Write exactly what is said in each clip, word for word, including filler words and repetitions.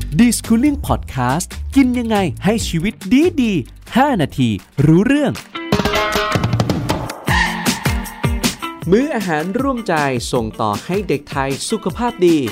Deschooling Podcast กินยังไงให้ชีวิตดีดีห้านาทีรู้เรื่องมื้ออาหารร่วมใจส่งต่อให้เด็กไทยสุขภาพดี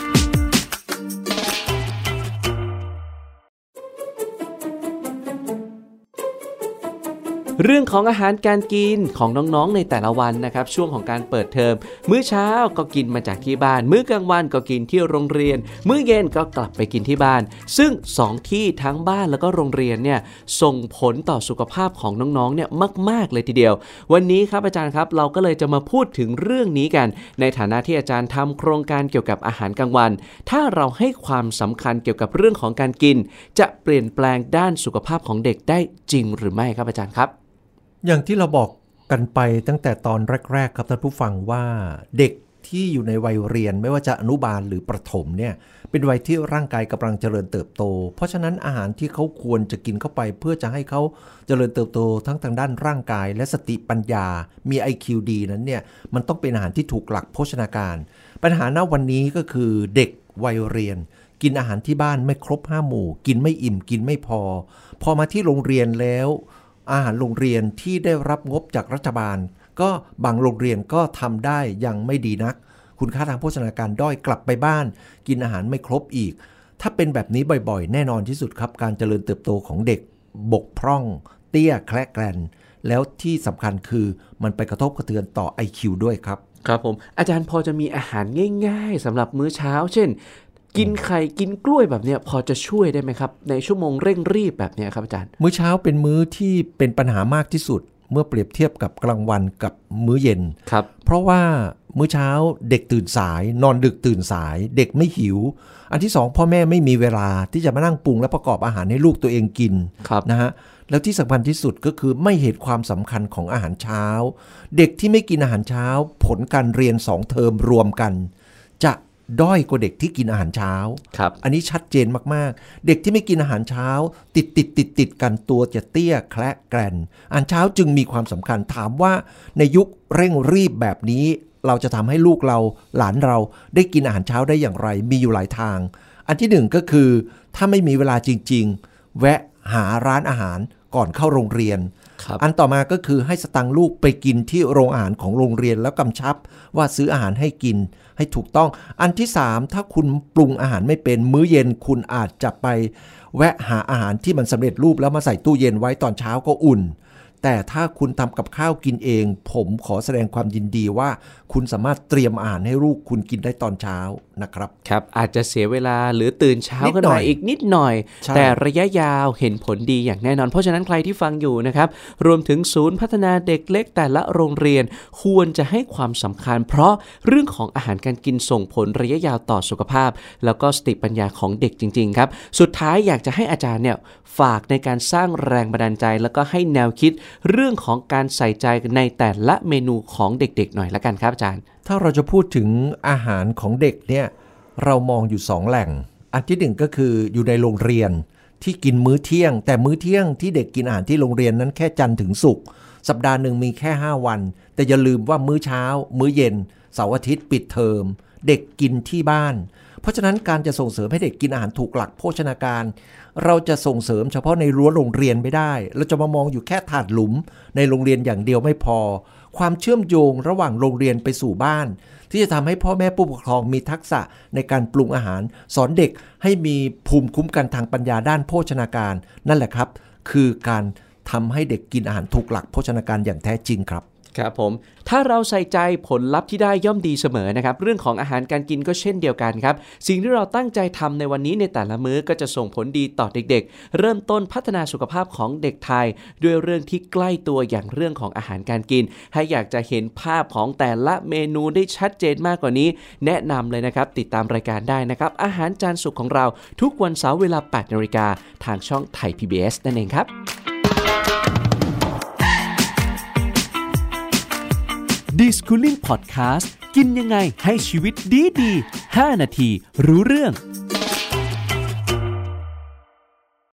เรื่องของอาหารการกินของน้องๆในแต่ละวันนะครับช่วงของการเปิดเทอมมื้อเช้าก็กินมาจากที่บ้านมื้อกลางวันก็กินที่โรงเรียนมื้อเย็นก็กลับไปกินที่บ้านซึ่งสองที่ทั้งบ้านแล้วก็โรงเรียนเนี่ยส่งผลต่อสุขภาพของน้องๆเนี่ยมากๆเลยทีเดียววันนี้ครับอาจารย์ครับเราก็เลยจะมาพูดถึงเรื่องนี้กันในฐานะที่อาจารย์ทำโครงการเกี่ยวกับอาหารกลางวันถ้าเราให้ความสำคัญเกี่ยวกับเรื่องของการกินจะเปลี่ยนแปลงด้านสุขภาพของเด็กได้จริงหรือไม่ครับอาจารย์ครับอย่างที่เราบอกกันไปตั้งแต่ตอนแรกๆครับท่านผู้ฟังว่าเด็กที่อยู่ในวัยเรียนไม่ว่าจะอนุบาลหรือประถมเนี่ยเป็นวัยที่ร่างกายกำลังเจริญเติบโตเพราะฉะนั้นอาหารที่เขาควรจะกินเข้าไปเพื่อจะให้เขาเจริญเติบโตทั้งทางด้านร่างกายและสติปัญญามี ไอ คิว ดี นั้นเนี่ยมันต้องเป็นอาหารที่ถูกหลักโภชนาการปัญหาณวันนี้ก็คือเด็กวัยเรียนกินอาหารที่บ้านไม่ครบห้าหมู่กินไม่อิ่มกินไม่พอพอมาที่โรงเรียนแล้วอาหารโรงเรียนที่ได้รับงบจากรัฐบาลก็บางโรงเรียนก็ทำได้ยังไม่ดีนักคุณค่าทางโภชนาการด้อยกลับไปบ้านกินอาหารไม่ครบอีกถ้าเป็นแบบนี้บ่อยๆแน่นอนที่สุดครับการเจริญเติบโตของเด็กบกพร่องเตี้ยแคละแกรนแล้วที่สำคัญคือมันไปกระทบกระเทือนต่อ ไอ คิว ด้วยครับครับผมอาจารย์พอจะมีอาหารง่ายๆสำหรับมื้อเช้าเช่นกินไข่กินกล้วยแบบเนี้ยพอจะช่วยได้ไหมครับในชั่วโมงเร่งรีบแบบเนี้ยครับอาจารย์มื้อเช้าเป็นมื้อที่เป็นปัญหามากที่สุดเมื่อเปรียบเทียบกับกลางวันกับมื้อเย็นครับเพราะว่ามื้อเช้าเด็กตื่นสายนอนดึกตื่นสายเด็กไม่หิวอันที่สองพ่อแม่ไม่มีเวลาที่จะมานั่งปรุงและประกอบอาหารให้ลูกตัวเองกินนะฮะแล้วที่สำคัญที่สุดก็คือไม่เห็นความสำคัญของอาหารเช้าเด็กที่ไม่กินอาหารเช้าผลการเรียนสองเทอมรวมกันจะด้อยกว่าเด็กที่กินอาหารเช้าอันนี้ชัดเจนมากๆเด็กที่ไม่กินอาหารเช้าติดติดติดติดกันตัวจะเตี้ยแคละแกรนอาหารเช้าจึงมีความสำคัญถามว่าในยุคเร่งรีบแบบนี้เราจะทำให้ลูกเราหลานเราได้กินอาหารเช้าได้อย่างไรมีอยู่หลายทางอันที่หนึ่งก็คือถ้าไม่มีเวลาจริงๆแวะหาร้านอาหารก่อนเข้าโรงเรียนอันต่อมาก็คือให้สตังค์ลูกไปกินที่โรงอาหารของโรงเรียนแล้วกำชับว่าซื้ออาหารให้กินให้ถูกต้องอันที่สามถ้าคุณปรุงอาหารไม่เป็นมื้อเย็นคุณอาจจะไปแวะหาอาหารที่มันสำเร็จรูปแล้วมาใส่ตู้เย็นไว้ตอนเช้าก็อุ่นแต่ถ้าคุณทำกับข้าวกินเองผมขอแสดงความยินดีว่าคุณสามารถเตรียมอาหารให้ลูกคุณกินได้ตอนเช้านะครับครับอาจจะเสียเวลาหรือตื่นเช้าขึ้นมาอีกนิดหน่อยแต่ระยะยาวเห็นผลดีอย่างแน่นอนเพราะฉะนั้นใครที่ฟังอยู่นะครับรวมถึงศูนย์พัฒนาเด็กเล็กแต่ละโรงเรียนควรจะให้ความสำคัญเพราะเรื่องของอาหารการกินส่งผลระยะยาวต่อสุขภาพแล้วก็สติปัญญาของเด็กจริงๆครับสุดท้ายอยากจะให้อาจารย์เนี่ยฝากในการสร้างแรงบันดาลใจแล้วก็ให้แนวคิดเรื่องของการใส่ใจในแต่ละเมนูของเด็กๆหน่อยละกันครับอาจารย์ถ้าเราจะพูดถึงอาหารของเด็กเนี่ยเรามองอยู่สองแหล่งอันที่หนึ่งก็คืออยู่ในโรงเรียนที่กินมื้อเที่ยงแต่มื้อเที่ยงที่เด็กกินอาหารที่โรงเรียนนั้นแค่จันทร์ถึงศุกร์สัปดาห์หนึ่งมีแค่ห้าวันแต่อย่าลืมว่ามื้อเช้ามื้อเย็นเสาร์อาทิตย์ปิดเทอมเด็กกินที่บ้านเพราะฉะนั้นการจะส่งเสริมให้เด็กกินอาหารถูกหลักโภชนาการเราจะส่งเสริมเฉพาะในรั้วโรงเรียนไม่ได้เราจะมามองอยู่แค่ถาดหลุมในโรงเรียนอย่างเดียวไม่พอความเชื่อมโยงระหว่างโรงเรียนไปสู่บ้านที่จะทำให้พ่อแม่ผู้ปกครองมีทักษะในการปรุงอาหารสอนเด็กให้มีภูมิคุ้มกันทางปัญญาด้านโภชนาการนั่นแหละครับคือการทำให้เด็กกินอาหารถูกหลักโภชนาการอย่างแท้จริงครับครับผมถ้าเราใส่ใจผลลัพธ์ที่ได้ย่อมดีเสมอนะครับเรื่องของอาหารการกินก็เช่นเดียวกันครับสิ่งที่เราตั้งใจทำในวันนี้ในแต่ละมื้อก็จะส่งผลดีต่อเด็กๆเริ่มต้นพัฒนาสุขภาพของเด็กไทยด้วยเรื่องที่ใกล้ตัวอย่างเรื่องของอาหารการกินให้อยากจะเห็นภาพของแต่ละเมนูได้ชัดเจนมากกว่านี้แนะนำเลยนะครับติดตามรายการได้นะครับอาหารจานสุขของเราทุกวันเสาร์เวลา แปดนาฬิกา ทางช่องไทย พี บี เอส นั่นเองครับDeschooling Podcast กินยังไงให้ชีวิตดีๆห้านาทีรู้เรื่อง